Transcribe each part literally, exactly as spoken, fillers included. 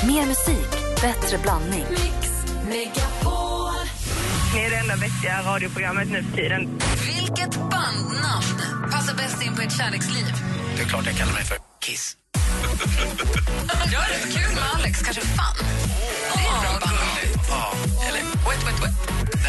Mer musik, bättre blandning. Mix Megapol. Ni är det enda vettiga radioprogrammet nu för tiden. Vilket bandnamn passar bäst in på ett kärleksliv? Det är klart jag kallar mig för Kiss. Jag är rätt kul med Alex, kanske fan. Det är bra bandnamn. Ja, Eller wet, wet, wet.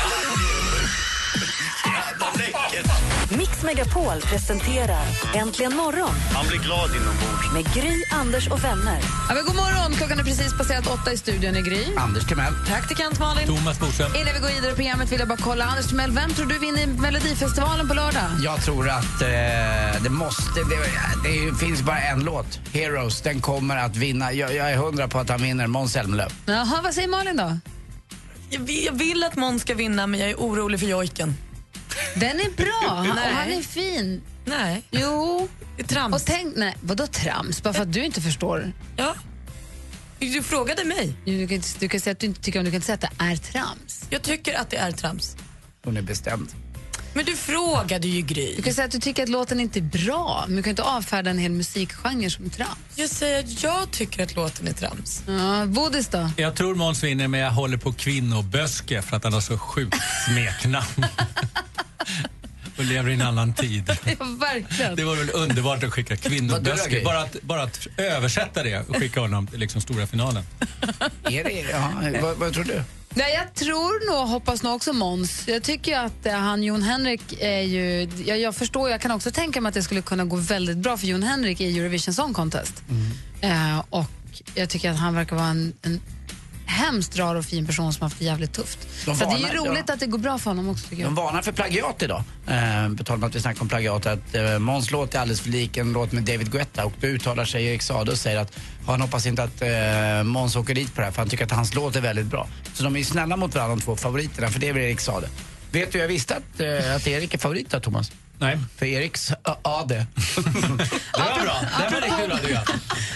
Mix Megapol presenterar Äntligen morgon. man blir glad inombords. Med Gry, Anders och vänner. Ja, men god morgon, klockan är precis passerat åtta i studion i Gry. Anders Timell. Praktikant Malin. Thomas Boström. Innan vi går vidare i programmet vill jag bara kolla. Anders Timell, vem tror du vinner Melodifestivalen på lördag? Jag tror att eh, det måste... Det, det finns bara en låt. Heroes. Den kommer att vinna. Jag, jag är hundra på att han vinner. Måns Zelmerlöw. Jaha, vad säger Malin då? Jag vill, jag vill att Måns ska vinna, men jag är orolig för jojken. Den är bra, han, Nej. och han är fin. Nej, Jo. det är trams. Och tänk, nej, vadå trams? Bara för att du inte förstår. Ja. Du frågade mig. Du kan, du kan säga att du inte tycker om, du kan inte säga att det är trams. Jag tycker att det är trams. Hon är bestämd. Men du frågade ju Gry. Du kan säga att du tycker att låten inte är bra, men du kan inte avfärda en hel musikgenre som trams. Jag säger att jag tycker att låten är trams. Ja, Bodis då? Jag tror Måns vinner, men jag håller på kvinnoböske för att han har så sjukt smeknamn. Och lever i en annan tid. Ja, verkligen. Det var väl underbart att skicka kvinnoböske. Bara att, bara att översätta det och skicka honom till liksom stora finalen. Är det, ja, vad, vad tror du? Nej, jag tror nog, hoppas nog också Måns. Jag tycker ju att eh, han, Jon Henrik, är ju... Jag, jag förstår, jag kan också tänka mig att det skulle kunna gå väldigt bra för Jon Henrik i Eurovision Song Contest. Mm. Eh, och jag tycker att han verkar vara en, en hemskt rar och fin person som har haft det jävligt tufft. De Så varnar, det är ju roligt ja. att det går bra för honom också, tycker jag. De varnar för plagiat idag. Eh, på tal om att vi snackar om plagiat, att eh, Måns låt är alldeles för lik en låt med David Guetta, och då uttalar sig Erik Saade och säger att han hoppas inte att eh, Måns åker dit på det här, för han tycker att hans låt är väldigt bra. Så de är ju snälla mot varandra, de två favoriterna, för det är väl Erik Saade. Vet du, jag visste att, eh, att Erik är favorit då, Thomas? Nej. För Eriks uh, Ade. Det var bra. Det var riktigt bra, tycker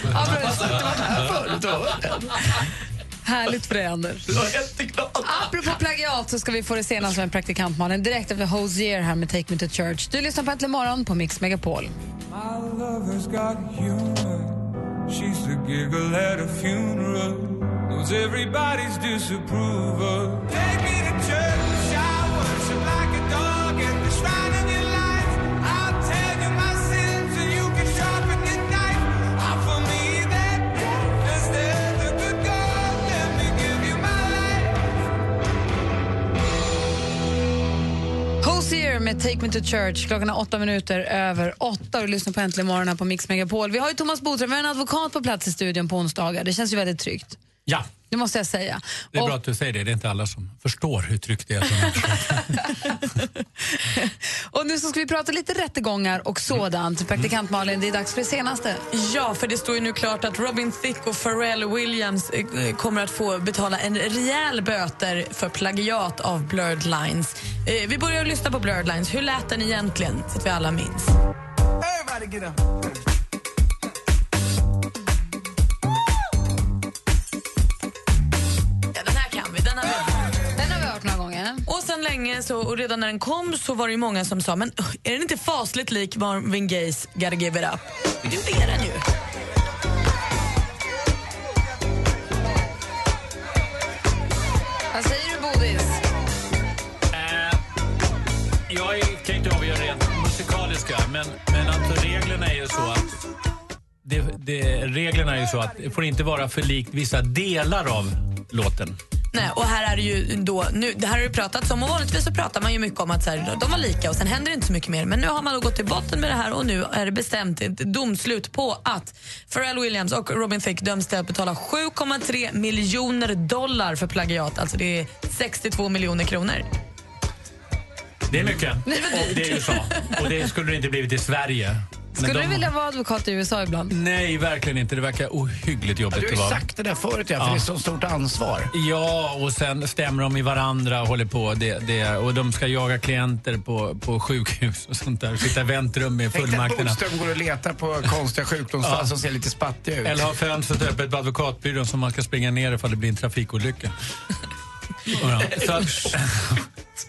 jag. Härligt för dig, Anders. Apropå plagiat så ska vi få det senaste med praktikantmannen direkt efter Hosier här med Take Me to Church. Du lyssnar på Äntligen morgon på Mix Megapol. My lover's got humor. She's the giggle at a funeral. Knows everybody's disapproval. Take me to church, I worship like a dog at the shrine of your life. I'll tell you my sins and you can sharpen your knife. Offer me that gift instead of the God. Let me give you my life. Hosier med Take Me to Church. Klockan är åtta minuter över åtta och du lyssnar på Äntligen morgon här på Mix Megapol. Vi har ju Thomas Boström, vi har en advokat på plats i studion på onsdagar. Det känns ju väldigt tryggt. Ja. Det måste jag säga. Det är och, bra att du säger det. Det är inte alla som förstår hur tryggt det är. och nu så ska vi prata lite rättegångar och sådant. Praktikant Malin, det är dags för det senaste. Ja, för det står ju nu klart att Robin Thicke och Pharrell Williams eh, kommer att få betala en rejäl böter för plagiat av Blurred Lines. Eh, vi börjar lyssna på Blurred Lines. Hur lät den egentligen, så att vi alla minns? Everybody get up. Och sen länge så, och redan när den kom så var det ju många som sa, men är den inte fasligt lik Marvin Gayes Gotta Give It Up? Men det är den ju. Vad säger du, Bodis? Eh, jag kan inte avgöra rent musikaliska, men, men alltså reglerna är ju så att det, det, reglerna är ju så att det får inte vara för likt vissa delar av låten. Nej, och här är det ju då, nu, det här har ju pratats om, och vanligtvis så pratar man ju mycket om att så här, de var lika och sen händer det inte så mycket mer. Men nu har man då gått till botten med det här och nu är det bestämt ett domslut på att Pharrell Williams och Robin Thicke döms till att betala sju komma tre miljoner dollar för plagiat. Alltså det är sextiotvå miljoner kronor. Det är mycket. Och det är U S A. Och det skulle det inte blivit i Sverige. Skulle de... du vilja vara advokat i U S A ibland? Nej, verkligen inte. Det verkar ohyggligt jobbigt. Ja, du har ju sagt det där förut, ja, för ja. Det är så stort ansvar. Ja, och sen stämmer de i varandra och håller på. Det, det, och de ska jaga klienter på, på sjukhus och sånt där. Sitta i väntrum med fullmakterna. Tänk att Boström går och letar på konstiga sjukdomsfall ja. som ser lite spattiga ut. Eller har fönstret öppet på advokatbyrån som man ska springa ner ifall det blir en trafikolycka. Ja, så att,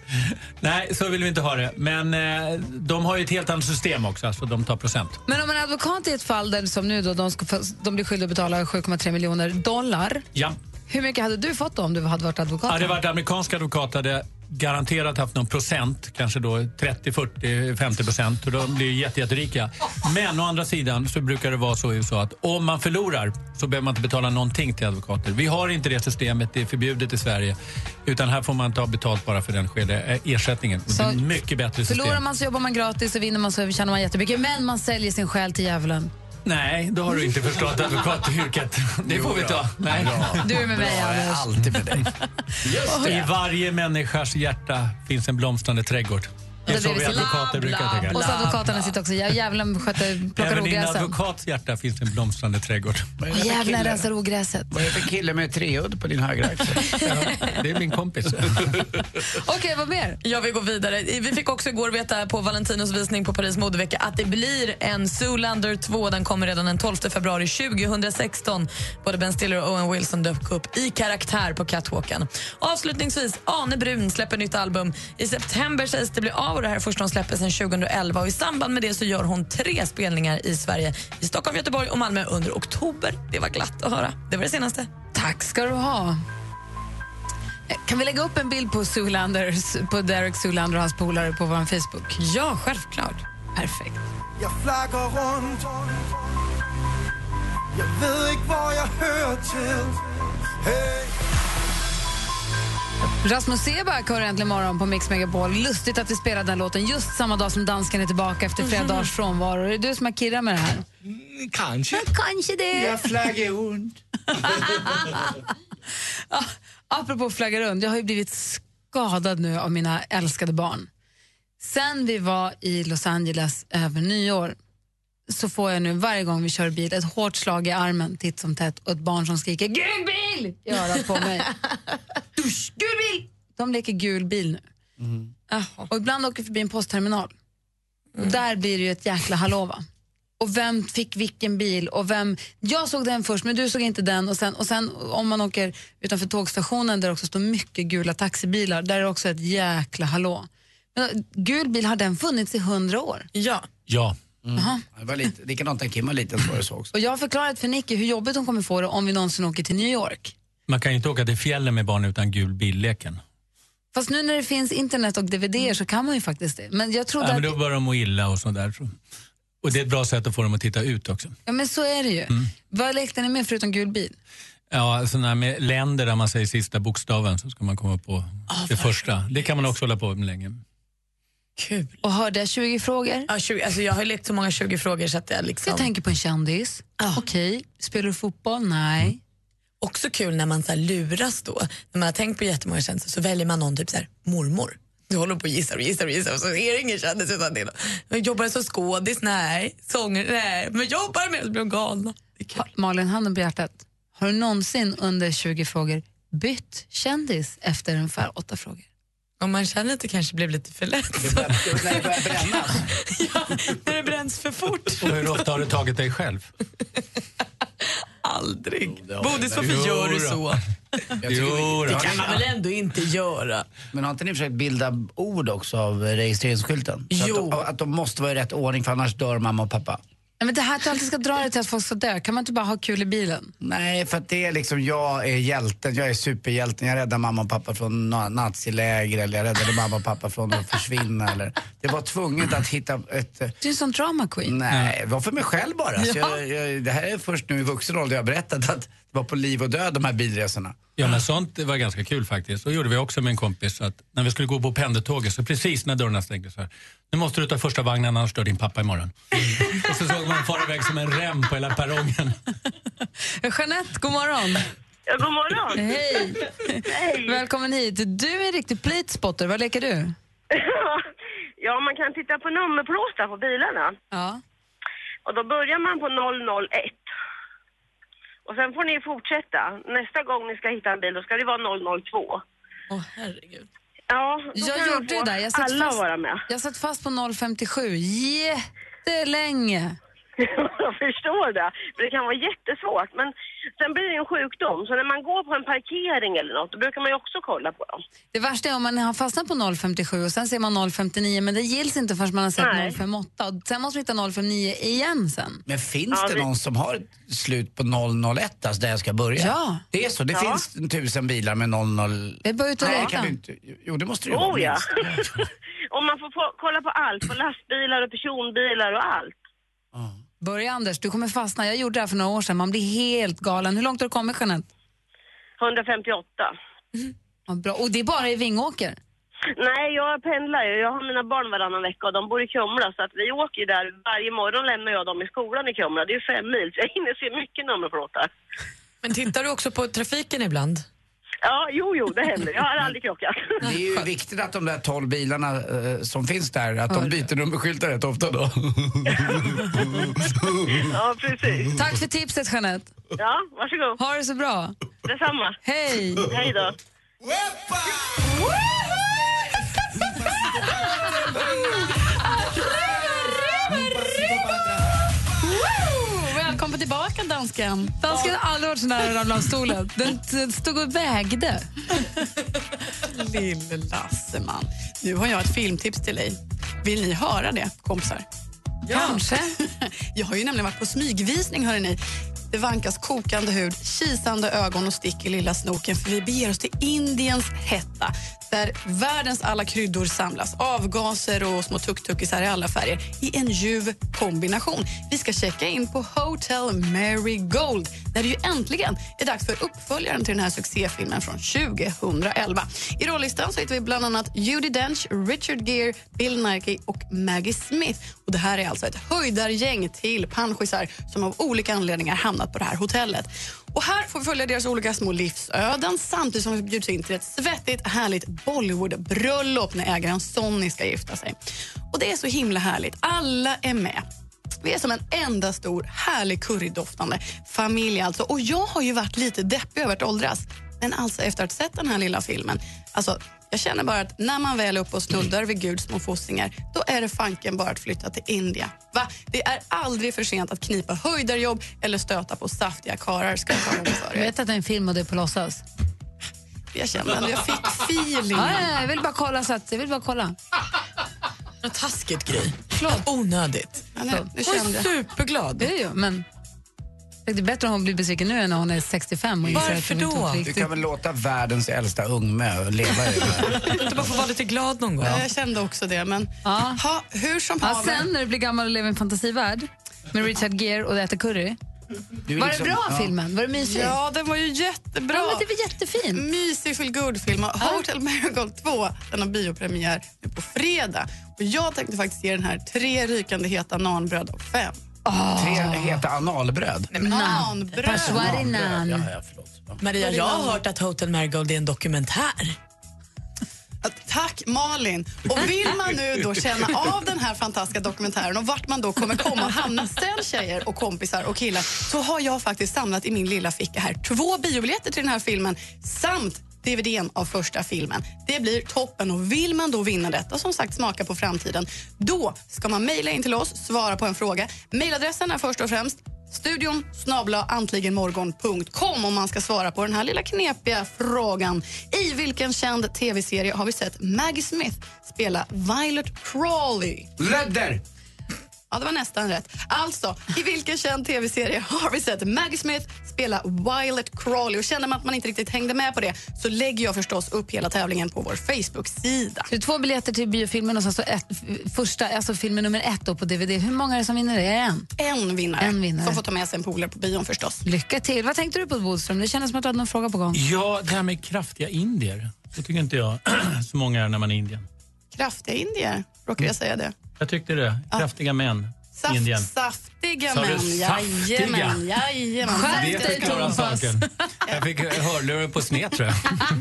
Nej, så vill vi inte ha det. Men eh, de har ju ett helt annat system också, alltså de tar procent. Men om en advokat i ett fall där som nu då, de, ska få, de blir skyldiga att betala sju komma tre miljoner dollar. Ja. Hur mycket hade du fått då om du hade varit advokat? Hade det varit amerikanska advokat hade garanterat haft någon procent, kanske då trettio, fyrtio, femtio procent, och de blir jätte, jätterika. Men å andra sidan så brukar det vara så, så att om man förlorar så behöver man inte betala någonting till advokater. Vi har inte det systemet, det är förbjudet i Sverige, utan här får man ta betalt bara för den skede, ersättningen. Så det är mycket bättre system. Förlorar man så jobbar man gratis och vinner man så tjänar man jättemycket, men man säljer sin själ till djävulen. Nej, då har du inte förstått advokatyrket. Det får vi ta. Nej. Du är med mig, Jag är Anders. alltid med dig. Just det. I varje människas hjärta finns en blomstrande trädgård. Det är så vi advokater brukar tänka. Och så advokaterna sitter också. Jag jävlen sköter, plockar Även i en ogräsen. advokats hjärta finns en blomstrande trädgård. Och jävlen rensar ogräset. Vad är det för kille med treudd på din högra axel? Ja, det är min kompis. Okej, vad mer? Jag vill gå vidare. Vi fick också igår veta på Valentinos visning på Paris modevecka att det blir en Zoolander två. Den kommer redan den tolfte februari tjugohundrasexton. Både Ben Stiller och Owen Wilson dök upp i karaktär på catwalken. Avslutningsvis, Ane Brun släpper nytt album. I september sägs det bli av, och det här är först hon släpper sedan tjugoelva. Och i samband med det så gör hon tre spelningar i Sverige, i Stockholm, Göteborg och Malmö under oktober. Det var glatt att höra. Det var det senaste. Tack ska du ha. Kan vi lägga upp en bild på Zoolanders, på Derek Zoolander och hans polare på vår Facebook? Ja, självklart. Perfekt. Jag flaggar runt. Jag vet inte vad jag hör till. Hey. Rasmus Seback hör äntligen morgon på Mix Megapol. Lustigt att vi spelar den låten just samma dag som dansken är tillbaka efter flera mm. dagars frånvaro. Är det du som har kirrat med det här? Mm, kanske. Ja, kanske det. Jag flaggar runt. Ja, apropå flagga runt, jag har ju blivit skadad nu av mina älskade barn. Sen vi var i Los Angeles över nyår så får jag nu varje gång vi kör bil ett hårt slag i armen, titt som tätt, och ett barn som skriker gul bil i örat på mig. Dusch, gul bil! De leker gul bil nu. Mm. Och ibland åker vi förbi en postterminal. Mm. Och där blir det ju ett jäkla hallå, va? Och vem fick vilken bil och vem... Jag såg den först, men du såg inte den. Och sen, och sen om man åker utanför tågstationen där det också står mycket gula taxibilar, där är det också ett jäkla hallå. Men gul bil, har den funnits i hundra år? Ja. Ja. Mm. Det var lite, likadant när Kim var liten så var det så också. Och jag har förklarat för Nicky hur jobbigt hon kommer få det om vi någonsin åker till New York. Man kan ju inte åka till fjällen med barn utan gul billeken. Fast nu när det finns internet och D V D så kan man ju faktiskt det. Men jag trodde ja, men då att... börjar de må illa och sådär. Och det är ett bra sätt att få dem att titta ut också. Ja, men så är det ju. Mm. Vad lekte ni med förutom gul bil? Ja, sådana med länder där man säger sista bokstaven så ska man komma på oh, det första. Det kan man också hålla på med länge. Kul. Och hörde jag tjugo frågor? Ja, tjugo, alltså jag har lekt så många tjugo frågor så att jag liksom... Jag tänker på en kändis. Ah. Okej. Okay. Spelar du fotboll? Nej. Mm. Också kul när man så här luras då. När man har tänkt på jättemånga kändisar så väljer man någon typ så här mormor. Du håller på och gissar och gissar och gissar och så är det ingen kändis utan det. Jag jobbar som skådis, nej. Sånger, nej. Men jobbar med så blir de galna. Malin, handen på hjärtat. Har du någonsin under tjugo frågor bytt kändis efter ungefär åtta frågor? Om man känner att det kanske blev lite för lätt. Det börjar, när det börjar brännas. Ja, när det bränns för fort. Och hur ofta har du tagit dig själv? Aldrig. Bodis, varför gör du så? Jo, det kan man väl ändå inte göra. Men har inte ni försökt bilda ord också av registreringsskylten? Så jo. Att, att de måste vara i rätt ordning för annars dör mamma och pappa. Nej, men det här att du alltid ska dra det till att folk ska dö. Kan man inte bara ha kul i bilen? Nej, för att det är liksom, jag är hjälten, jag är superhjälten. Jag räddar mamma och pappa från naziläger, eller jag räddade mamma och pappa från att försvinna. Eller. Det var tvunget att hitta ett... Du är en sån drama queen. Nej, det var för mig själv bara. Ja. Så jag, jag, det här är först nu i vuxen ålder jag har berättat att det var på liv och död de här bilresorna. Ja, men sånt var ganska kul faktiskt. Så gjorde vi också med en kompis. Så att när vi skulle gå på pendeltåget så precis när dörrarna stängdes så här. Nu måste du ta första vagnen annars dör din pappa imorgon. Och så såg man fara iväg som en rem på hela perrongen. Jeanette, god morgon. Ja, god morgon. Hej. Hej. Välkommen hit. Du är en riktig plitspotter. Vad leker du? Ja, man kan titta på nummerplåtar på bilarna. Ja. Och då börjar man på noll noll ett. Och sen får ni fortsätta. Nästa gång ni ska hitta en bil, då ska det vara noll noll två. Åh, oh, herregud. Ja, då jag kan gjorde det där. Jag satt alla fast, vara med. Jag satt fast på noll femtiosju jättelänge. Jag förstår det. För det kan vara jättesvårt. Men sen blir det en sjukdom. Så när man går på en parkering eller något, då brukar man ju också kolla på dem. Det värsta är om man har fastnat på noll femtiosju och sen ser man noll femtionio, men det gills inte förrän man har sett Nej. noll femtioåtta. Och sen måste man hitta noll femtionio igen sen. Men finns Ja, det vi- någon som har ett slut på noll noll ett, alltså där jag ska börja? Ja. Det är så, det Ja. finns tusen bilar med noll noll... Det är bara ut och Nej, leta. kan du inte... Jo, det måste det ju vara Oh ja. minst. Om man får få, kolla på allt. På lastbilar och personbilar och allt. Börja Anders, du kommer fastna. Jag gjorde det här för några år sedan. Man blir helt galen. Hur långt har du kommit, Jeanette? hundrafemtioåtta. Ja, bra. Och det är bara i Vingåker? Nej, jag pendlar ju. Jag har mina barn varannan vecka och de bor i Kumla. Så att vi åker ju där. Varje morgon lämnar jag dem i skolan i Kumla. Det är fem mil. Så jag hinner se mycket nummerplåtar. Men tittar du också på trafiken ibland? Ja, jo, jo, det händer. Jag har aldrig krockat. Det är ju viktigt att de där tolv bilarna eh, som finns där, att de byter nummerskyltar rätt ofta då. Ja, precis. Tack för tipset, Jeanette. Ja, varsågod. Ha det så bra. Detsamma. Hej! Hej då. Välkommen tillbaka, dansken. Dansken har aldrig varit så nära att ramla av stolen. Den, den stod och vägde. Lille Lasseman. Nu har jag ett filmtips till dig. Vill ni höra det, kompisar? Kanske. Jag har ju nämligen varit på smygvisning, hörde ni. Det vankas kokande hud, kisande ögon och stick i lilla snoken, för vi beger oss till Indiens hetta där världens alla kryddor samlas. Avgaser och små tuk-tukisar i alla färger i en ljuv kombination. Vi ska checka in på Hotel Marigold där det ju äntligen är dags för uppföljaren till den här succéfilmen från tjugohundraelva. I rollistan så hittar vi bland annat Judi Dench, Richard Gere, Bill Nighy och Maggie Smith. Och det här är alltså ett höjdargäng till panschisar som av olika anledningar hamnat på det här hotellet. Och här får vi följa deras olika små livsöden samtidigt som vi bjuds in till ett svettigt, härligt Bollywood-bröllop när ägaren Sonny ska gifta sig. Och det är så himla härligt. Alla är med. Vi är som en enda stor, härlig currydoftande familj alltså. Och jag har ju varit lite deppig över att åldras. Men alltså efter att ha sett den här lilla filmen, alltså jag känner bara att när man väl är uppe och snuddar vid Guds små fossingar, då är det fanken bara att flytta till India. Va? Det är aldrig för sent att knipa höjdarjobb eller stöta på saftiga karar, ska jag tala om för Jag er. vet att det är en film och det är på låtsas. Jag känner att jag fick feeling. Ja, ja, jag vill bara kolla så att jag vill bara kolla. Vad taskigt, Gry. Förlåt. Onödigt. Ja, nej, nu Jag kände är jag. superglad. Det är ju, men det är bättre om hon blir besviken nu än när hon är sextiofem och inser att Varför hon inte då? var Du riktigt. kan väl låta världens äldsta ungmö leva i det här. Du bara får vara lite glad någon gång. Ja, jag kände också det, men Ja. ha, hur som Ja, haver. sen när du blir gammal och lever i en fantasivärld med Richard Gere och äter curry. Du är Var liksom- det bra ja. filmen? Var det mysigt? Ja, den var ju jättebra. Ja, men det var jättefin. Mysig feel good-film. Hotel Marigold två, den har biopremiär nu på fredag. Och jag tänkte faktiskt ge den här tre rykande heta nanbröd och fem. Tre heta analbröd. Nanbröd. Pashwari nan. Ja, ja, förlåt. Ja. Maria, jag har hört att Hotel Marigold är en dokumentär. Tack Malin. Och vill man nu då känna av den här fantastiska dokumentären och vart man då kommer komma och hamna sen, tjejer och kompisar och killar, så har jag faktiskt samlat i min lilla ficka här två biobiljetter till den här filmen samt D V D:n av första filmen. Det blir toppen, och vill man då vinna detta, som sagt smaka på framtiden, då ska man mejla in till oss, svara på en fråga. Mejladressen är först och främst studion snabla antligenmorgon punkt com om man ska svara på den här lilla knepiga frågan. I vilken känd tv-serie har vi sett Maggie Smith spela Violet Crawley? Lödder! Ja, det var nästan rätt. Alltså, i vilken känd tv-serie har vi sett Maggie Smith spela Violet Crawley? Och känner man att man inte riktigt hängde med på det, så lägger jag förstås upp hela tävlingen på vår Facebook-sida. Så det är två biljetter till biofilmen och så alltså ett, första, alltså filmen nummer ett då på D V D. Hur många är det som vinner det? Är det en? En vinnare, En vinnare. som får ta med sig en polare på bion förstås. Lycka till. Vad tänkte du på, Bodström? Det kändes som att du hade någon fråga på gång. Ja, det här med kraftiga indier. Det tycker inte jag så många är när man är i Indien. Kraftiga indier, råkar jag säga det. Jag tyckte det. Kraftiga män i Indien. Saft, saftiga Sa du män. saftiga? Jajamän, jajamän. Skärp Det dig, förklarar Thomas. saken. Jag fick hörlurar på sned, tror jag.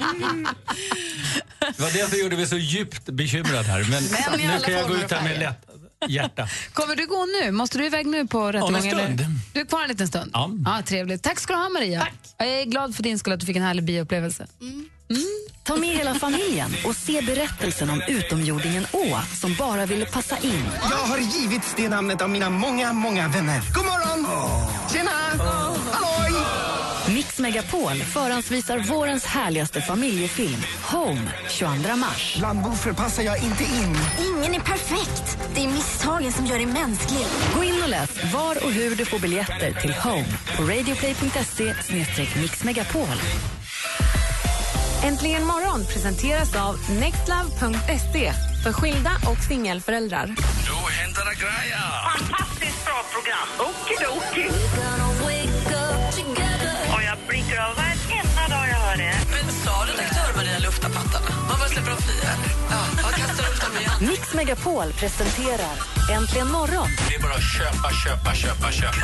Det var det som gjorde mig så djupt bekymrad här. Men, Men i nu alla kan jag gå former ut här och med färger. lätt hjärta. Kommer du gå nu? Måste du iväg nu på rättegång? en stund. eller? Du är kvar en liten stund? Ja. Trevligt. Tack ska du ha, Maria. Tack. Jag är glad för din skull att du fick en härlig bioupplevelse. Ta med hela familjen och se berättelsen om utomjordingen Å som bara ville passa in. Jag har givits det namnet av mina många, många vänner. God morgon! Oh. Tjena! Oh. Halloj! Mix Megapol förhandsvisar vårens härligaste familjefilm Home tjugoandra mars. Bland boffer passar jag inte in. Ingen är perfekt. Det är misstagen som gör dig mänsklig. Gå in och läs var och hur du får biljetter till Home på radioplay punkt se slash mixmegapol. Äntligen morgon presenteras av nextlove punkt se för skilda och singelföräldrar. Då händer det grejer! Fantastiskt bra program. Okidoki. Och jag blir glad varenda dag jag hör det. Men sa redaktör Maria lufta pattarna? Man bara släpper dem fria. Ja, jag kastar upp dem igen. Mix Megapol presenterar Äntligen morgon. Det är bara att köpa, köpa, köpa, köpa.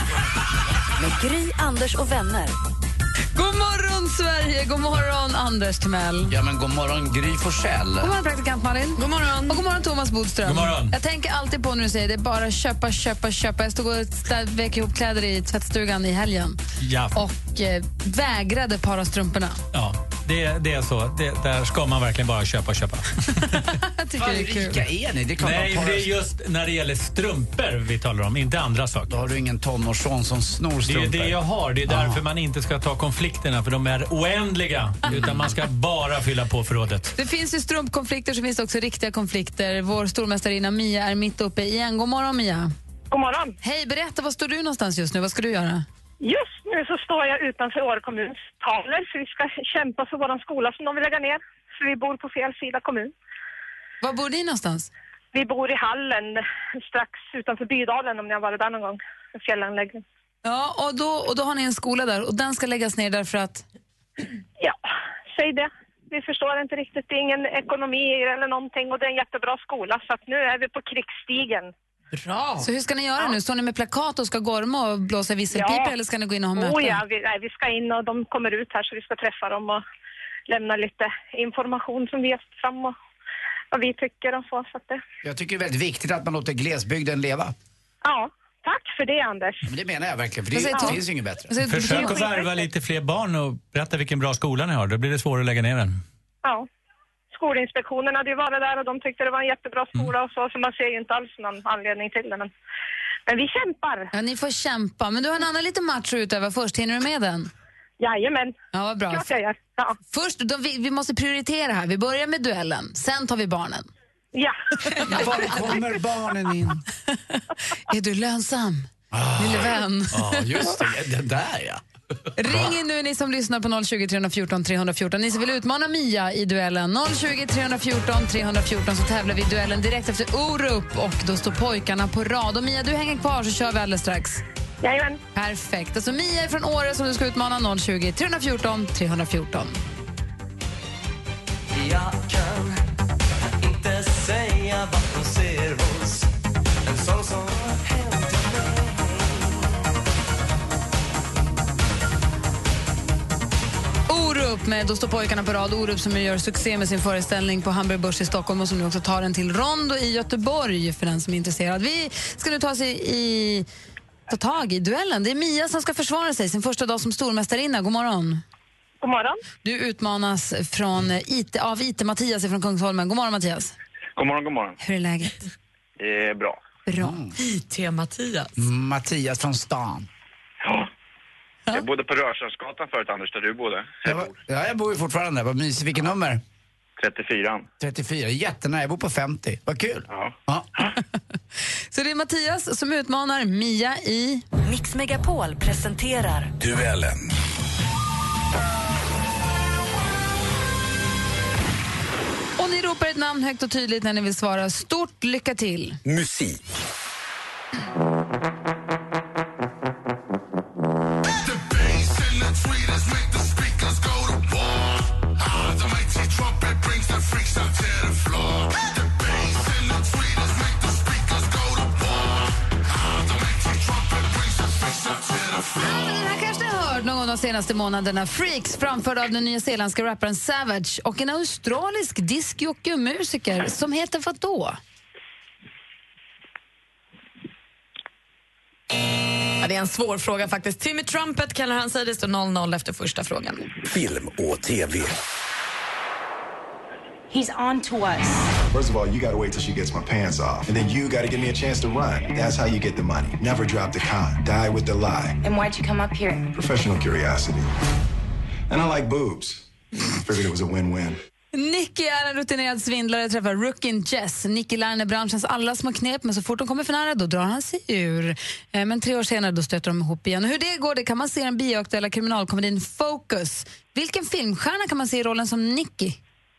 Med Gry, Anders och vänner. God morgon, Sverige! God morgon, Anders Timell. Ja, men god morgon, Gry Forssell. God morgon, praktikant Malin. God morgon. Och god morgon, Thomas Bodström. God morgon. Jag tänker alltid på när du säger det är bara köpa, köpa, köpa. Jag stod och städ, vek ihop kläder i tvättstugan i helgen. Ja. Och eh, vägrade para strumporna. Ja, det, det är så. Det, där ska man verkligen bara köpa, köpa. Jag tycker det är kul. Vilka är ni? Det är klart Nej, man parar- det är just när det gäller strumpor vi talar om, inte andra saker. Då har du ingen tonårsson som snor Det är strumpor. det jag har. Det är därför Ah. man inte ska ta konflikterna, för de är oändliga. Utan man ska bara fylla på förrådet. Det finns ju strumpkonflikter, så finns det också riktiga konflikter. Vår stormästarinna Mia är mitt uppe i en. God morgon, Mia. God morgon. Hej, berätta, var står du någonstans just nu? Vad ska du göra? Just nu så står jag utanför Åre kommuns tavlor för vi ska kämpa för våran skola som de vill lägga ner. För vi bor på fel sida kommun. Var bor ni någonstans? Vi bor i Hallen strax utanför Bydalen om ni har varit där någon gång. En fjällanläggning. Ja, och då, och då har ni en skola där och den ska läggas ner därför att... Ja, säg det. Vi förstår inte riktigt. Det är ingen ekonomi i det eller någonting och det är en jättebra skola så att nu är vi på krigsstigen. Bra. Så hur ska ni göra nu? Står ni med plakat och ska gorma och blåsa visselpipa Ja. eller ska ni gå in och ha möte? Oh ja, vi, nej, vi ska in och de kommer ut här så vi ska träffa dem och lämna lite information som vi har fram och vad vi tycker och så. så att det... Jag tycker det är väldigt viktigt att man låter glesbygden leva. Ja, tack för det Anders. Men det menar jag verkligen, för det, säger det Tom? finns ju inget bättre. Vad säger du? Försök att värva lite fler barn och berätta vilken bra skola ni har. Då blir det svårare att lägga ner den. Ja. Skolinspektionen hade ju varit där och de tyckte det var en jättebra skola och så, så man ser ju inte alls någon anledning till det. Men, men vi kämpar. Ja, ni får kämpa. Men du har en annan liten match att utöva först. Hinner du med den? Jajamän. Ja, vad bra. Klart jag gör. Ja. Först, då, vi, vi måste prioritera här. Vi börjar med duellen. Sen tar vi barnen. Ja. Var kommer barnen in? Är du lönsam, Ah. lille vän? Ja, just det. Den där, ja. Ring in nu ni som lyssnar på noll tjugo, tre fjorton, tre fjorton. Ni som vill utmana Mia i duellen. noll tjugo, tre fjorton, tre fjorton så tävlar vi i duellen direkt efter Orup och då står pojkarna på rad. Och Mia, du hänger kvar så kör vi alldeles strax. Jajamän. Perfekt. Alltså Mia är från Åre som du ska utmana. Noll tjugo, tre fjorton, tre fjorton. Jag kan inte säga vad hon ser hos en sån som har hänt mig. Orup med Då står pojkarna på rad. Orup som gör succé med sin föreställning på Hamburg Börs i Stockholm och som nu också tar den till Rondo i Göteborg för den som är intresserad. Vi ska nu ta sig i ta tag i duellen. Det är Mia som ska försvara sig sin första dag som stormästarinna. God morgon. God morgon. Du utmanas från I T, av I T-Mattias från Kungsholmen. God morgon, Mattias. God morgon, god morgon. Hur är läget? Det är bra. Bra. I T-Mattias. Mattias från stan. Ja. Jag bodde på Rörstrandsgatan förut, Anders, där du bodde. Jag var, ja, jag bor ju fortfarande. Vad mysigt. Vilket nummer? trettiofyra. trettiofyra. Jättenära. Jag bor på femtio. Vad kul. Ja. Ja. Så det är Mattias som utmanar Mia i... Mix Megapol presenterar Duellen. Och ni ropar ett namn högt och tydligt när ni vill svara. Stort lycka till. Musik. Den här kanske ni har hört någon av de senaste månaderna. Freaks, framförd av den nya zeeländska rapparen Savage och en australisk diskjockey och musiker som heter vad då? Ja, det är en svår fråga faktiskt. Timmy Trumpet kallar han sig. Det står noll noll efter första frågan. Film och tv. He's on to us. First of all, you gotta wait till she gets my pants off. And then you gotta give me a chance to run. That's how you get the money. Never drop the con. Die with the lie. And why'd you come up here? Professional curiosity. And I like boobs. Figured it was a win-win. Nicky är en rutinerad svindlare, träffar rookien Jess. Nicky lär henne branschens alla små knep, men så fort de kommer för nära då drar han sig ur. Eh, men tre år senare då stöter de ihop igen. Och hur det går det kan man se i den bioaktuella kriminalkomedin Focus. Vilken filmstjärna kan man se i rollen som Nicky?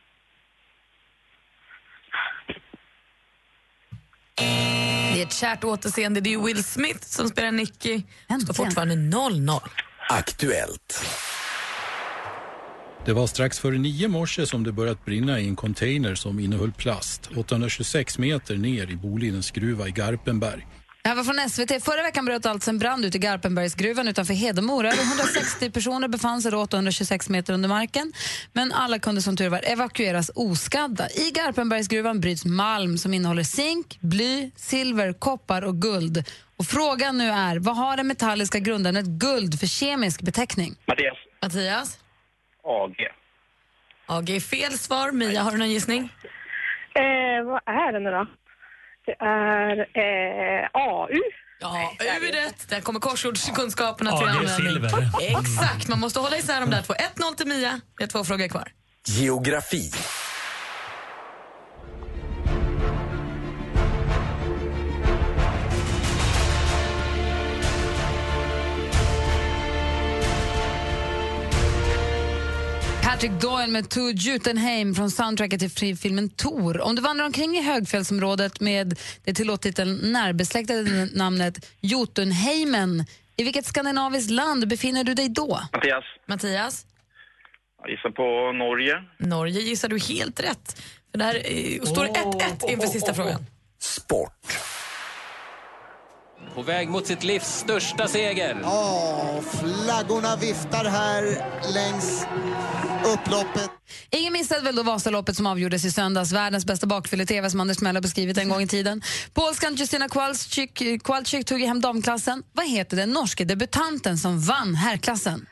Det är ett kärt återseende. Det är Will Smith som spelar Nicky. Det står fortfarande noll noll. Aktuellt. Det var strax före nio morse som det börjat brinna i en container som innehöll plast. åttahundratjugosex meter ner i Bolidens gruva i Garpenberg. Det här var från S V T. Förra veckan bröt alltså en brand ut i Garpenbergsgruvan utanför Hedemora. Över hundrasextio personer befann sig åttahundratjugosex meter under marken. Men alla kunde som tur var evakueras oskadda. I Garpenbergsgruvan bryts malm som innehåller zink, bly, silver, koppar och guld. Och frågan nu är, vad har det metalliska grundämnet guld för kemisk beteckning? Mattias. Mattias? A G. A G är fel svar. Mia, har du någon gissning? Eh, vad är det nu då? Det är eh, A U. Ja, U är rätt. Där kommer korsordskunskaperna till A G användning. silver. Exakt, man måste hålla isär de där två. ett noll till Mia. Vi har två frågor kvar. Geografi. Patrick Doyle med To Jotunheim från soundtracket till filmen Tor. Om du vandrar omkring i högfjällsområdet med det till låttiteln närbesläktade namnet Jotunheimen, i vilket skandinaviskt land befinner du dig då? Mattias. Mattias? Jag gissar på Norge. Norge gissar du helt rätt. För där eh, står det ett ett inför sista frågan. Sport. På väg mot sitt livs största seger. Ja, flaggorna viftar här längs upploppet. Ingen missade väl då Vasaloppet som avgjordes i söndags. Världens bästa bakfylle-tv som Anders Mell har beskrivit en gång i tiden. Polskan Justina Kowalczyk, Kowalczyk tog hem damklassen. Vad heter den norske debutanten som vann herrklassen?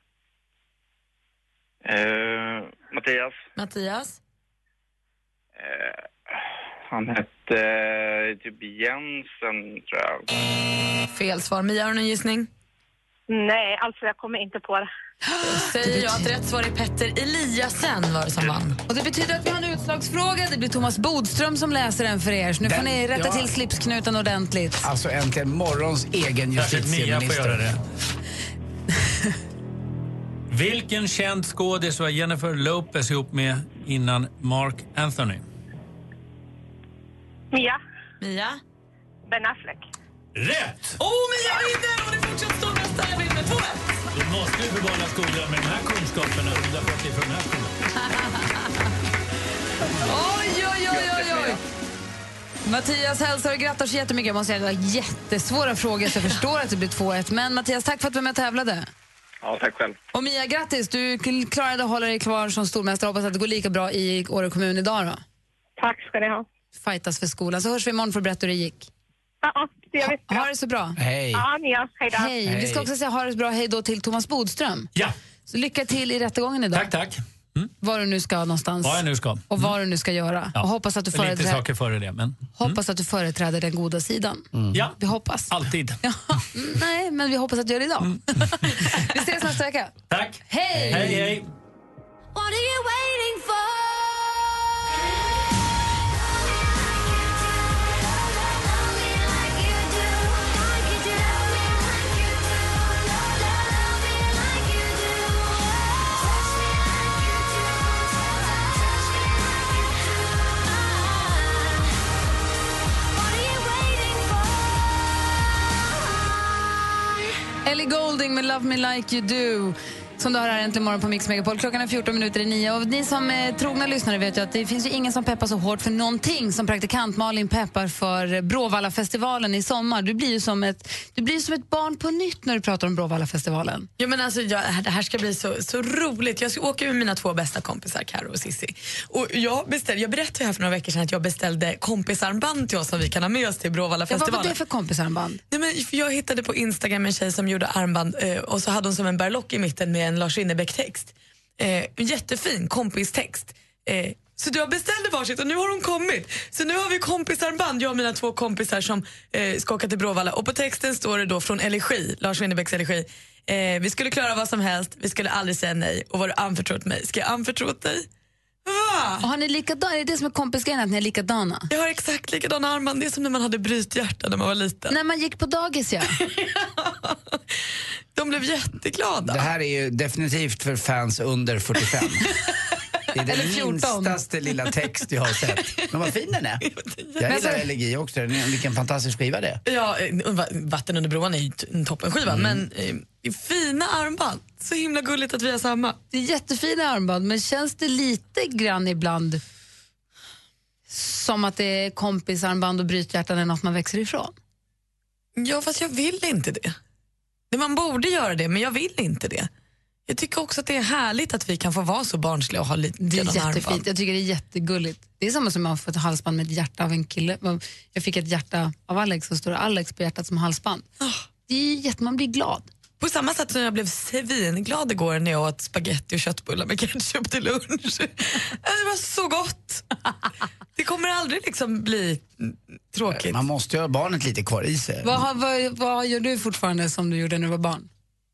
Eh, Mattias. Mattias? Eh, han hette eh, typ Jensen, tror jag. Fel svar. Mia, har du någon gissning? Nej, alltså jag kommer inte på det. Säger jag att rätt svar är Petter Eliasen var det som vann. Och det betyder att vi har en utslagsfråga. Det blir Thomas Bodström som läser den för er. Så nu Den, får ni rätta ja. till slipsknuten ordentligt. Alltså äntligen morgons egen justitieminister. Mia får göra det. Vilken känd skådis var Jennifer Lopez ihop med innan Mark Anthony? Mia. Mia? Ben Affleck. Rätt! Åh, oh, Mia vinner och det fortsätter stå nästa vinner med två ett. Du måste ju förvåna skolan med de här kunskaperna som du har fått ifrån den här skolan. Oj, oj, oj, oj, oj. Mattias hälsar och grattar så jättemycket. Jag måste säga att det var jättesvåra frågor så jag förstår att det blir två ett. Men Mattias, tack för att du var med och tävlade. Ja, tack själv. Och Mia, grattis. Du klarade att hålla dig kvar som stormästare. Hoppas att det går lika bra i Åre kommun idag då. Tack ska ni ha. Fightas för skolan. Så hörs vi imorgon för att berätta hur det gick. Ja, det gör vi. Ha, ha det så bra. Hej. Ja, Mia. Hej då. Hej. Hej. Vi ska också säga ha det så bra hej då till Thomas Bodström. Ja. Så lycka till i rättegången idag. Tack, tack. Mm. Var du nu ska någonstans. Var jag nu ska. Mm. Och vad du nu ska göra. Ja. Och hoppas att du Lite företräder, saker före det, men... hoppas att du företräder den goda sidan. Mm. Ja. Vi hoppas. Alltid. Ja, nej, men vi hoppas att du gör det idag. Mm. Vi ses nästa vecka. Tack. Hej! Hej, hej. What are you waiting for? Ellie Goulding med Love Me Like You Do. Som du har här äntligen morgon på Mix Megapol. Klockan är fjorton minuter i nio. Och ni som är trogna lyssnare vet ju att det finns ju ingen som peppar så hårt för någonting som praktikant Malin peppar för Bråvalla-festivalen i sommar. Du blir ju som ett, du blir som ett barn på nytt när du pratar om Bråvalla-festivalen. Ja, men alltså, jag, det här ska bli så, så roligt. Jag ska åka med mina två bästa kompisar, Karo och Sissi. Och jag, beställ, jag berättade här för några veckor sedan att jag beställde kompisarmband till oss som vi kan ha med oss till Bråvalla-festivalen. Ja, vad var det för kompisarmband? Nej, men jag hittade på Instagram en tjej som gjorde armband eh, och så hade hon som en berlock i mitten med en Lars Winnerbäck-text. Eh, jättefin kompistext. Eh, Så du har beställt varsitt och nu har de kommit. Så nu har vi kompisarmband, jag och mina två kompisar som eh, ska åka till Bråvalla. Och på texten står det då från Elegi, Lars Winnerbäcks Elegi. Eh, vi skulle klara vad som helst, vi skulle aldrig säga nej. Och vad du anförtrott mig, ska jag anförtrott dig? Va? Och har ni likadana, är det det som är kompisgrejen, att ni är likadana? Jag har exakt likadana armband, det är som när man hade brythjärta när man var liten. När man gick på dagis, ja. De blev jätteglada. Det här är ju definitivt för fans under fyrtiofem. Det är den minstaste lilla text jag har sett. Men vad fin den är. Jag gillar Elegi också. Vilken fantastisk skiva det är. Ja, Vatten under broan är ju en toppenskiva. Mm. Men eh, fina armband. Så himla gulligt att vi har samma. Det är jättefina armband. Men känns det lite grann ibland som att det är kompisarmband och brythjärtan är något man växer ifrån? Ja, fast jag vill inte det. Man borde göra det, men jag vill inte det. Jag tycker också att det är härligt att vi kan få vara så barnsliga och ha lite Det är armband. jättefint, jag tycker det är jättegulligt. Det är samma som att få ett halsband med ett hjärta av en kille. Jag fick ett hjärta av Alex och står Alex på hjärtat som halsband. Oh. Det är jätte, man blir glad. På samma sätt som jag blev svinglad igår när jag åt spaghetti och köttbullar med ketchup till lunch. Det var så gott. Det kommer aldrig liksom bli tråkigt. Man måste ju ha barnet lite kvar i sig. Vad, vad, vad gör du fortfarande som du gjorde när du var barn?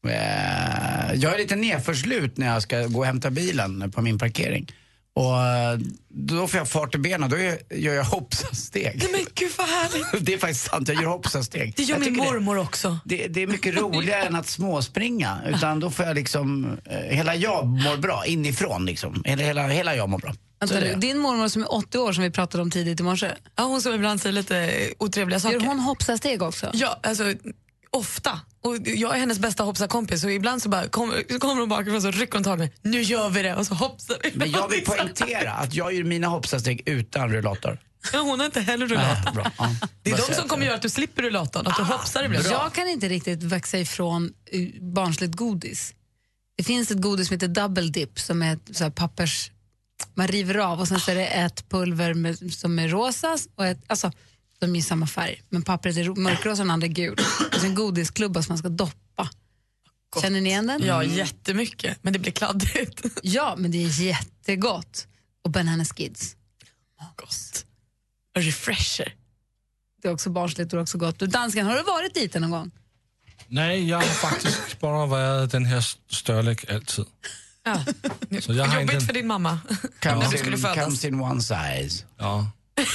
Jag är lite nedförslut när jag ska gå och hämta bilen på min parkering. Och då får jag fart i benen, då gör jag hoppsasteg. Nej men gud vad härligt. Det är faktiskt sant, jag gör hoppsasteg. Det gör jag min mormor det, också. Det, det är mycket roligare än att småspringa. Utan då får jag liksom, hela jag mår bra inifrån liksom. Hela, hela, hela jag mår bra. Antonio, din mormor som är åttio år som vi pratade om tidigt i morse. Ja, hon som ibland säger lite otrevliga saker. Gör hon hoppsasteg också? Ja, alltså ofta. Och jag är hennes bästa hoppsa-kompis och ibland så bara kom, så kommer hon bakifrån och så rycker hon tag mig. Nu gör vi det och så hoppsar vi. Men jag vill poängtera att jag gör mina hoppsasteg utan rullator. Ja, hon har inte heller rullator. Nej, bra. Ja, det är de som kommer göra att du slipper rullatorn, att du ah, hoppsar ibland. Jag kan inte riktigt växa ifrån barnsligt godis. Det finns ett godis som heter Double Dip som är så här pappers... Man river av och sen så är det ett pulver med, som är rosa och ett, alltså de är i samma färg, men pappret är mörkrosa och den andra är gul. Och sen godisklubba som man ska doppa. Gott. Känner ni igen den? Ja, jättemycket, men det blir kladdigt. Ja, men det är jättegott. Och Banana Skids. Gott. Och refresher. Det är också barnsligt och också gott. Du, danskan, har du varit dit någon gång? Nej, jag har faktiskt bara varit den här störlek alltid. Ja. Så jag har jobbigt inte... för din mamma. Comes, när du skulle födas. Comes in one size. Ja.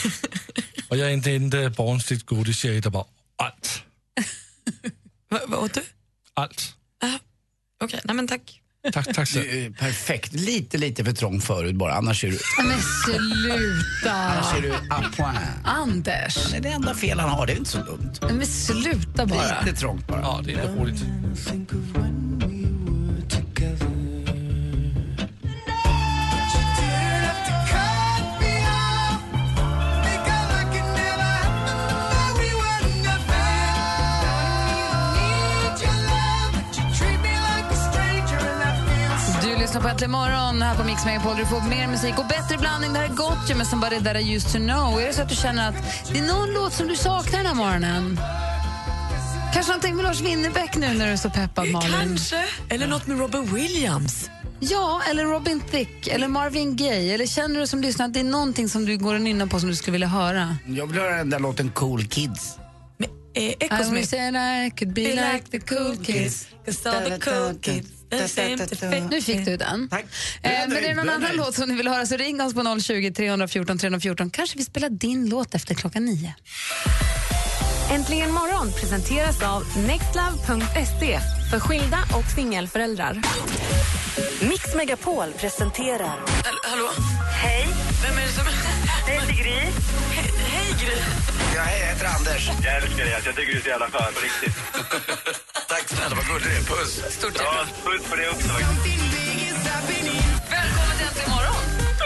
Och jag är inte inte barnsligt godis, jag äter bara allt. Vad åt du? Allt. Uh, Okej, okay. Nej men tack. Tack, tack så. Du, perfekt. Lite, lite för trång förut bara, annars är du... Men sluta! Annars är du à point. Anders. Men det är det enda fel han har, det är inte så dumt. Men sluta bara. Lite trångt bara. Ja, det är inte roligt. På Äntligen morgon här på Mix Megapol. Du får mer musik och bättre blandning. Det här är gott ju med Somebody That I Used To Know. Är det så att du känner att det är någon låt som du saknar den här morgonen? Kanske någonting med Lars Winnerbäck nu när du är så peppad, Malin? Kanske. Eller något med Robin Williams. Ja, eller Robin Thicke, eller Marvin Gaye. Eller känner du som lyssnar att det är någonting som du går och nynnar på som du skulle vilja höra? Jag vill höra den där låten Cool Kids. Men, eh, Echo I wish I could be like the cool kids. Cause all the cool kids. Nu fick du den. Tack. Eh, men är det någon annan låt som ni vill höra så ring oss på noll tjugo, tre fjorton, tre fjorton. Kanske vi spelar din låt efter klockan nio. Äntligen morgon presenteras av nextlove punkt se för skilda och singelföräldrar. Mix Megapol presenterar... Hallå? Hej. Vem är det som... Hej, det är Gry. Hej, hej Gry. Ja, hej, jag heter Anders. Jag älskar dig, jag tycker du är så jävla skön, på riktigt. Tack snälla, vad gullig du är. Puss. Stort Ja, hjärta. puss på det också. Välkommen till Äntligen morgon.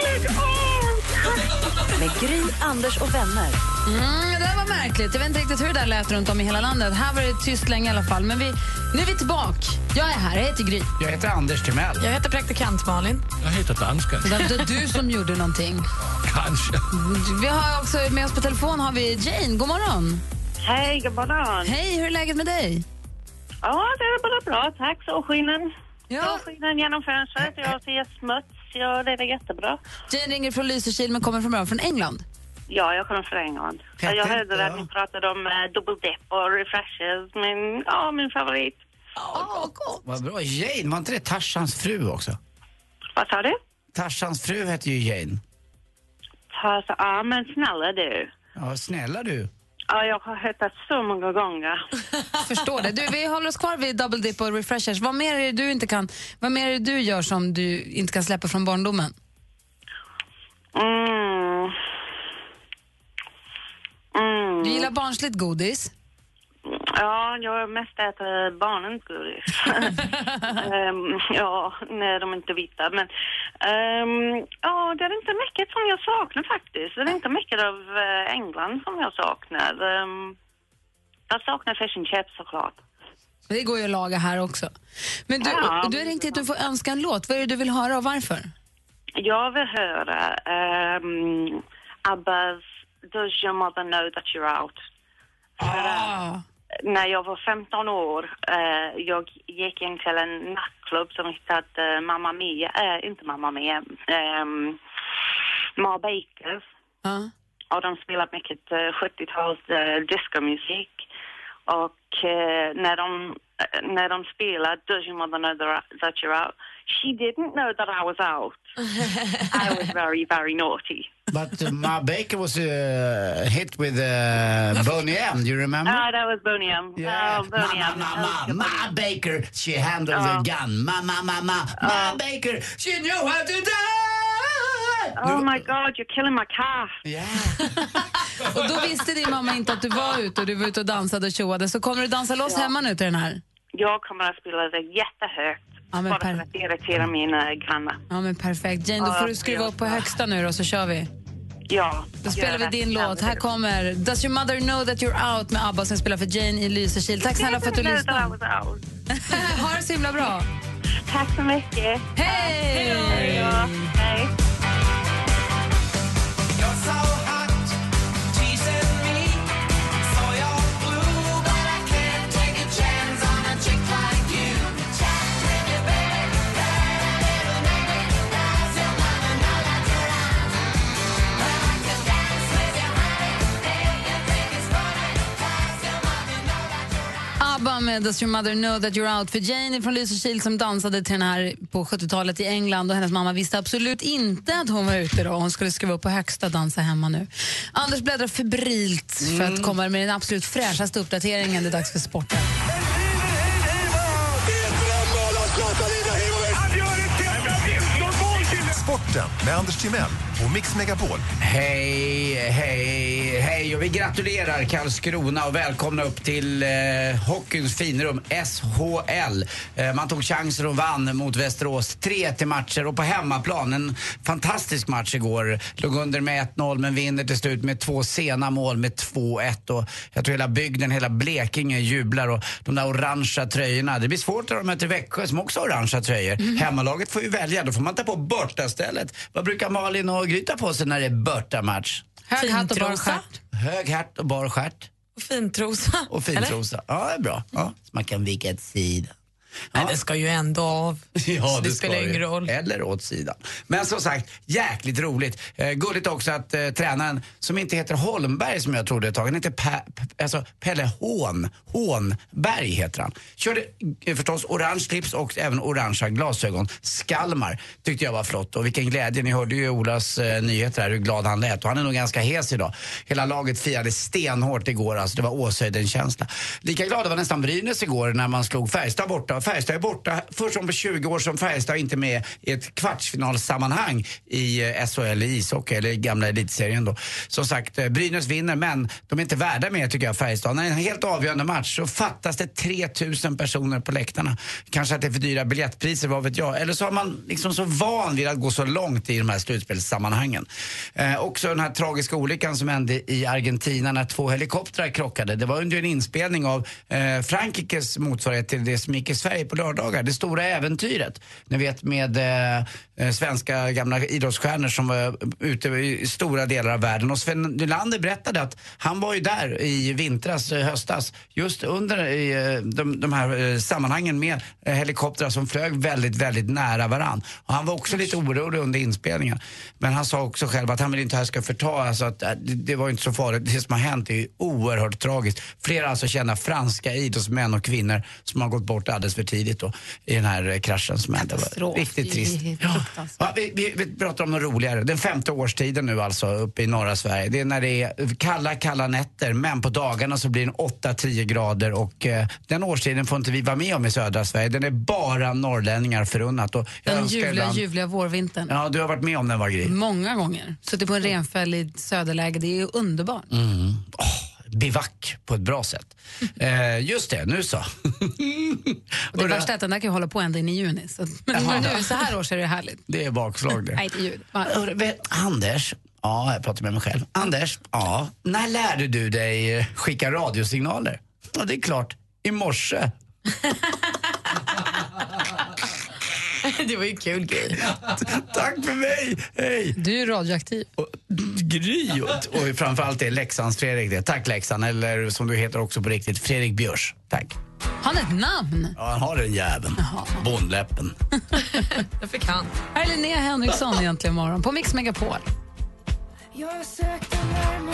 Med Gry, Anders och vänner. Mm, det var märkligt. Jag vet inte riktigt hur det där lät runt om i hela landet. Här var det tyst länge i alla fall. Men vi, nu är vi tillbaka. Jag är här, jag heter Gry. Jag heter Anders Timell. Jag heter praktikant Malin. Jag heter danskan. Det var du som gjorde någonting. Kanske. Vi har också med oss på telefon har vi Jane. God morgon. Hej, god morgon. Hej, hur är läget med dig? Ja, det är bara bra. Tack. Solskinen. Ja. Solskinen genom fönstret. Jag ser smuts ja, det är jättebra. Jane ringer från Lysekil men kommer från början från England. Ja, jag kommer från England. Petter, jag hörde ja. att ni pratade om uh, double dip och refreshers. Min, ja, min favorit. Åh, gott. Vad bra. Jane, var inte det Tarzans fru också? Vad sa du? Tarzans fru heter ju Jane. Tarzan, ja, men snälla du. Ja, snälla du. Ja, jag har hört det så många gånger. Förstår det. Du, vi håller oss kvar vid double dip och refreshers. Vad mer är det du inte kan, vad mer är det du gör som du inte kan släppa från barndomen? Mm. Mm. Du gillar barnsligt godis? Ja, jag mest äter barnens godis. um, ja, när de inte vita. Men um, ja, det är inte mycket som jag saknar faktiskt. Det är inte mycket av uh, England som jag saknar. Um, jag saknar fish and chips såklart. Det går ju att laga här också. Men du, Ja. du har ringt hit att du får önska en låt. Vad är det du vill höra och varför? Jag vill höra um, Abbas Does your mother know that you're out? Ah. När jag var femton år, eh, jag gick in till en nattklubb som hette eh, Mamma Mia, eh, inte Mamma Mia, eh, Ma Bakers. Uh. Och de spelade mycket eh, sjuttio-tals eh, discomusik. Och eh, när de eh, när de spelade Does your mother know that you're out? She didn't know that I was out. I was very, very naughty. But uh, Ma Baker was uh, hit with uh, Boney M, do you remember? Ah, that was Boney M. Yeah. Oh, Boney Ma, M. ma, ma, ma, ma Baker, she handled Oh. the gun. Ma, ma, ma, ma, ma Baker, she knew how to die! Oh my God, you're killing my car. Yeah. Och då visste din mamma inte att du var ute och du var ute och dansade och tjoade. Så kommer du dansa loss Ja. hemma nu till den här? Jag kommer att spela det jättehögt. Ja, men bara per- för att irritera mina grannar. Ja, men perfekt. Jane, då Ja, får du skruva upp på högsta nu då, så kör vi. Ja. Då spelar vi gör det. din låt. Här kommer Does your mother know that you're out med ABBA som spelar för Jane i Lysekil. Tack snälla för att du Know that lyssnade. I was out. Ha det så himla bra. Tack så mycket. Hej! Hej då. Hej. ABBA med Does your mother know that you're out för Jane från Lysekil som dansade till den här på sjuttiotalet i England och hennes mamma visste absolut inte att hon var ute då. Hon skulle skriva upp på högsta och dansa hemma nu. Anders bläddrar febrilt för att komma med den absolut fräschaste uppdateringen. Det är dags för sporten. Sporten med Anders Timell och Mix Megapol. Hej, hej, hej och vi gratulerar Karlskrona och välkomna upp till eh, hockeyns finrum S H L. Eh, man tog chanser och vann mot Västerås tre till matcher och på hemmaplan. En fantastisk match igår. Låg under med ett noll men vinner till slut med två sena mål med två ett och jag tror hela bygden, hela Blekinge jublar och de där orangea tröjorna. Det blir svårt när de möter Växjö som också har orangea tröjor. Mm. Hemmalaget får ju välja, då får man ta på bortastället. Vad brukar Malin och Gryta på sig när det är bortamatch? Hög hatt och bar stjärt. Hög hatt och bar stjärt. Och fintrosa. Och fintrosa. Ja, det är bra. Ja, så man kan vika ett sida. Ja. Nej, det ska ju ändå av. Ja, det, det spelar ju. ingen roll. Eller åt sidan. Men som sagt, jäkligt roligt. Eh, gulligt också att eh, tränaren, som inte heter Holmberg som jag trodde ett tag, han heter pa- P- alltså Pelle Hån. Hånberg heter han. Körde eh, förstås orange slips och även orangea glasögon. Skalmar tyckte jag var flott. Och vilken glädje, ni hörde ju Olas eh, nyheter här, hur glad han lät. Och han är nog ganska hes idag. Hela laget firade stenhårt igår, alltså det var Åshöjden-känsla. Lika glad var nästan Brynäs igår när man slog Färjestad borta. Färjestad är borta först om på tjugo år som Färjestad inte med i ett kvartsfinalsammanhang i S H L i ishockey eller i gamla elitserien då. Som sagt, Brynäs vinner men de är inte värda med tycker jag Färjestad. När det är en helt avgörande match så fattas det tre tusen personer på läktarna. Kanske att det är för dyra biljettpriser, vad vet jag. Eller så har man liksom så van vid att gå så långt i de här slutspelssammanhangen. Eh, också den här tragiska olyckan som hände i Argentina när två helikoptrar krockade. Det var under en inspelning av eh, Frankrikes motsvarighet till det som gick i Sverige Sverige på lördagar. Det stora äventyret. Ni vet med eh, svenska gamla idrottsstjärnor som var ute i stora delar av världen. Och Sven Nylander berättade att han var ju där i vintras, höstas, just under eh, de, de här eh, sammanhangen med eh, helikoptrar som flög väldigt, väldigt nära varann. Och han var också lite orolig under inspelningen. Men han sa också själv att han vill inte här ska förta, alltså att det, det var inte så farligt. Det som har hänt är ju oerhört tragiskt. Flera alltså kända franska idrottsmän och kvinnor som har gått bort alldeles för tidigt då, i den här kraschen som hände. Det var riktigt trist. Ja. Ja, vi, vi, vi pratar om något roligare. Den femte årstiden nu alltså uppe i norra Sverige. Det är när det är kalla, kalla nätter, men på dagarna så blir det åtta till tio grader och eh, den årstiden får inte vi vara med om i södra Sverige. Den är bara norrlänningar förunnat. Och jag den ljuvliga, ibland... ljuvliga vårvintern. Ja, du har varit med om den, var grej. Många gånger. Suttit på en renfäll i söderläge, det är ju underbart. Mm. Oh, bivack på ett bra sätt. Eh, just det, nu så. Och det värsta är att den där kan ju hålla på ända in i juni. Så, men nu, så här år så är det härligt. Det är bakslag det. Nej, inte ljud. Anders, ja, jag pratar med mig själv. Anders, ja, när lärde du dig skicka radiosignaler? Ja, det är klart, i morse. Det var ju kul grej. Tack för mig, hej. Du är radioaktiv. Och, Gry, och, och framförallt det är Leksands Fredrik det. Tack Leksand, eller som du heter också på riktigt, Fredrik Björs. Tack. Han har ett namn. Ja, han har den jäveln. Bondläppen. Jag fick han. Här är Linnea Henriksson egentligen imorgon på Mix Megapol. Jag sökte värmen.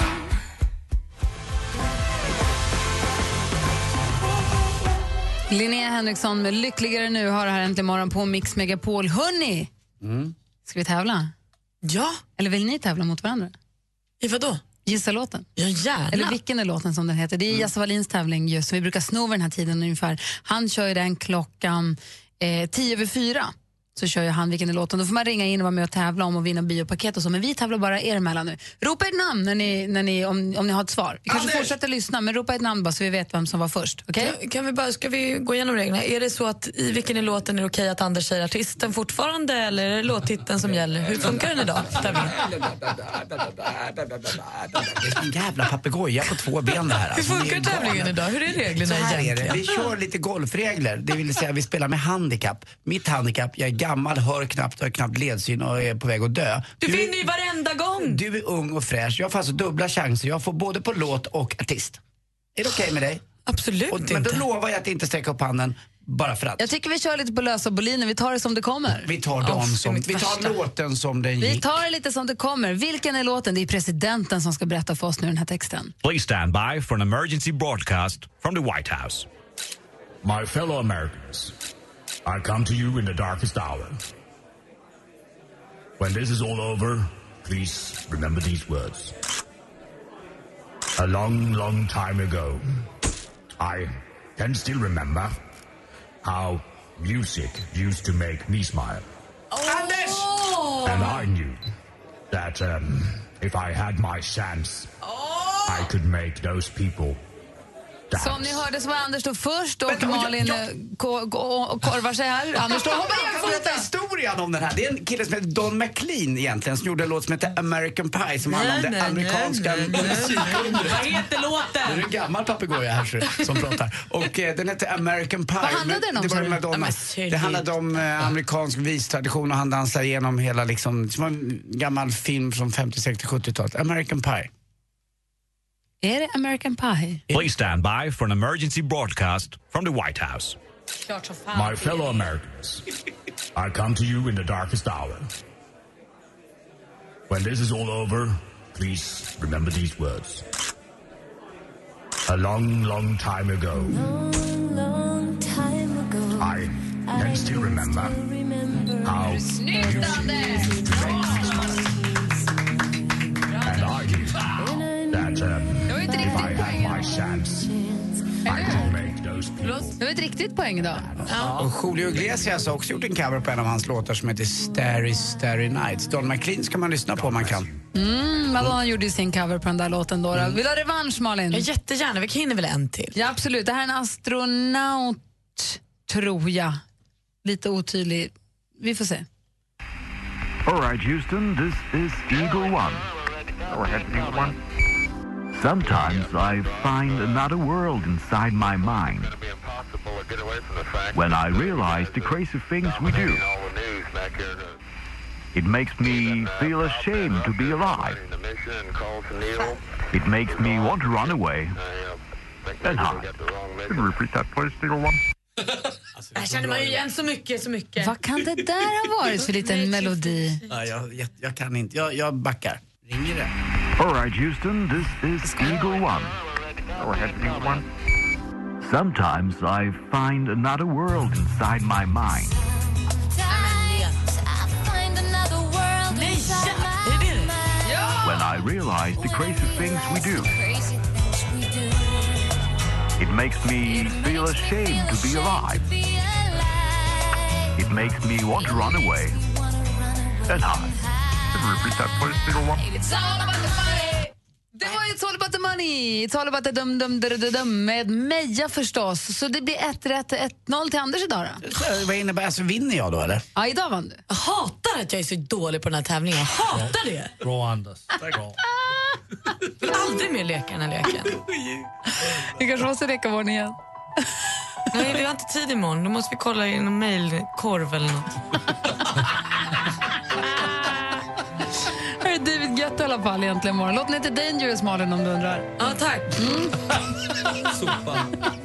Linnea Henriksson med Lyckligare nu har här äntligen morgon på Mix Megapol. Hörrni, mm. ska vi tävla? Ja. Eller vill ni tävla mot varandra? I vadå? Gissa låten. Ja, gärna. Eller vilken är låten som den heter? Det är mm. Jesse Wallins tävling just, som vi brukar sno vid den här tiden ungefär. Han kör ju den klockan eh, tio över fyra. Så kör ju han vilken är låten. Då får man ringa in och vara med och tävla om och vinna biopaket och så. Men vi tävlar bara er emellan nu. Ropa ett namn när ni, när ni, om, om ni har ett svar. Vi kanske Anders! fortsätter lyssna, men ropa ett namn bara så vi vet vem som var först. Okay? Kan, kan vi bara, ska vi gå igenom reglerna? Är det så att i vilken är låten är det okej att Anders säger artisten fortfarande, eller är det låttiteln som gäller? Hur funkar den idag? Det är en jävla papegoja på två ben det här. Hur funkar tävlingen idag? Hur är reglerna så här egentligen? Är det. Vi kör lite golfregler. Det vill säga vi spelar med handikapp. Mitt handikapp, jag är gammal, hör knappt, har knappt ledsyn och är på väg att dö. Du, du vinner ju varenda gång! Du är ung och fräsch. Jag får alltså dubbla chanser. Jag får både på låt och artist. Är det okej okay med dig? Absolut och, inte. Men då lovar jag att inte sträcka upp handen bara för att. Jag tycker vi kör lite på lösa boliner. Vi tar det som det kommer. Vi tar, dem oh, som, vi tar låten som den gick. Vi tar det lite som det kommer. Vilken är låten? Det är presidenten som ska berätta för oss nu den här texten. Please stand by for an emergency broadcast from the White House. My fellow Americans, I come to you in the darkest hour. When this is all over, please remember these words. A long, long time ago, I can still remember how music used to make me smile. Oh. And I knew that um, if I had my chance, oh. I could make those people dance. Som ni hörde så var Anders då först och men, Malin jag, jag... Ko, ko, korvar sig här. Anders då hoppar jag får berätta historien om den här. Det är en kille som heter Don McLean egentligen som gjorde en låt som heter American Pie som handlar om det nej, amerikanska musikundret. Vad heter låten? Det är en gammal papegoja här som pratar. Och eh, den heter American Pie. Vad handlade den om? Det, var Madonna. Det handlade om eh, amerikansk vistradition och han dansar igenom hela liksom, som en gammal film från femtio, sextio, sjuttiotalet. American Pie. Är det American Pie? Please stand by for an emergency broadcast from the White House. My fellow Americans, I come to you in the darkest hour. When this is all over, please remember these words. A long, long time ago, long, long time ago I can still remember how music used to make me smile. And I knew that um, if I had my chance, I could make those people. Det var ett riktigt poäng idag. Ja. Och Julio Iglesias har också gjort en cover på en av hans låtar som heter Starry Starry Nights. Don McLean ska man lyssna på om man kan. Mm, Madonna gjorde ju sin cover på den där låten då. Mm. Vill du ha revansch, Malin? Ja, jättegärna. Vi hinner väl en till? Ja, absolut. Det här är en astronaut, tror jag. Lite otydlig. Vi får se. All right, Houston, this is Eagle One. Go ahead, Eagle One. Sometimes I find another world inside my mind. When I realize the crazy things we do, it makes me feel ashamed to be alive. It makes me want to run away and hide. Can you repeat that, please, little one? Jag känner man ju igen så mycket, så mycket. Vad kan det där ha varit för liten melodi? Ja, jag, jag, jag kan inte. Jag, jag backar. Ringer det? All right, Houston, this is Eagle One. Go ahead, Eagle One. Sometimes I find another world inside my mind. When I realize the crazy things we do, it makes me feel ashamed to be alive. It makes me want to run away and hide. Can you repeat that, please, little one? It's all about the money. Det var ju It's all about the money. It's all about the dum dum dum dum dum med Meja förstås. Så det blir ett rätt, ett noll till Anders idag då. Så, vad innebär, alltså vinner jag då eller? Ja, idag vann du. Jag hatar att jag är så dålig på den här tävlingen. Jag hatar det. Bra, Anders. Bra. Jag vill aldrig mer leka den här leken. Vi kanske måste leka vår igen. Nej, vi har inte tid imorgon. Då måste vi kolla i någon mejlkorv eller något. Här är David Guetta i alla fall egentligen imorgon. Låt den inte Dangerous, Malin, om du undrar. Ja, tack. Mm. Super.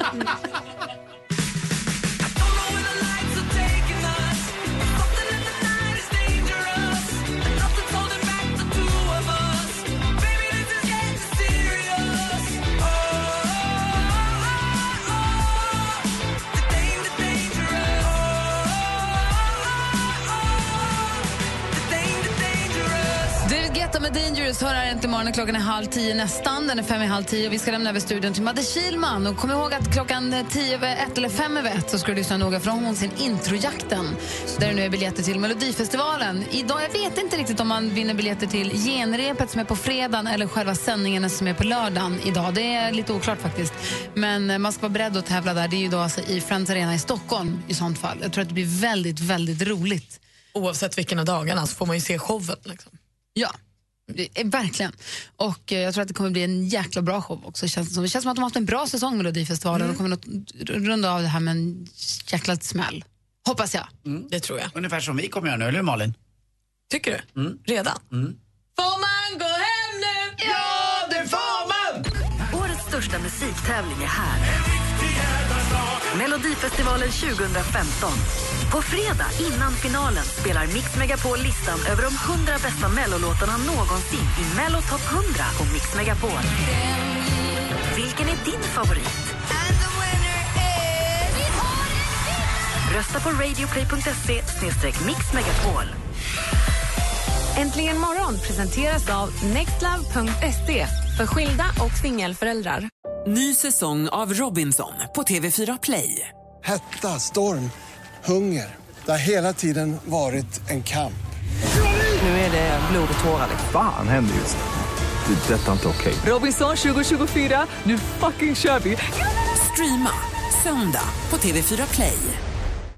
Med Dangerous hör här äntligen morgon. Klockan är halv tio nästan. Den är fem i halv tio och vi ska lämna över studion till Madde Kilman. Och kom ihåg att klockan tio över ett eller fem över ett så ska du lyssna noga från hon sin introjakten. Där det nu är biljetter till Melodifestivalen. Idag, jag vet inte riktigt om man vinner biljetter till genrepet som är på fredagen eller själva sändningarna som är på lördagen idag. Det är lite oklart faktiskt. Men man ska vara beredd att tävla där. Det är ju då alltså i Friends Arena i Stockholm i sånt fall. Jag tror att det blir väldigt, väldigt roligt. Oavsett vilken av dagarna så får man ju se showen liksom. Ja. Verkligen. Och eh, jag tror att det kommer bli en jäkla bra show också. Det känns som, det känns som att de har haft en bra säsong med Melodifestivalen. Mm. De kommer att runda av det här med en jäkla smäll. Hoppas jag. Mm. Det tror jag. Ungefär som vi kommer göra nu, eller hur Malin? Tycker du? Mm. Redan? Mm. Får man gå hem nu? Ja, det får man! Årets största musiktävling är här. Melodifestivalen tjugohundrafemton. På fredag innan finalen spelar Mix Megapol listan över de hundra bästa mellolåtarna någonsin i Mello Top hundra på Mix Megapol. Vilken är din favorit? Rösta på radioplay punkt se slash mixmegapol. Äntligen morgon presenteras av nextlove punkt se för skilda och singelföräldrar. Ny säsong av Robinson på T V fyra Play. Hetta, storm, hunger. Det har hela tiden varit en kamp. Nu är det blod och tårar. Fan händer just det. Det är detta inte okej. Robinson tjugo tjugofyra, nu fucking kör vi. Streama söndag på T V fyra Play.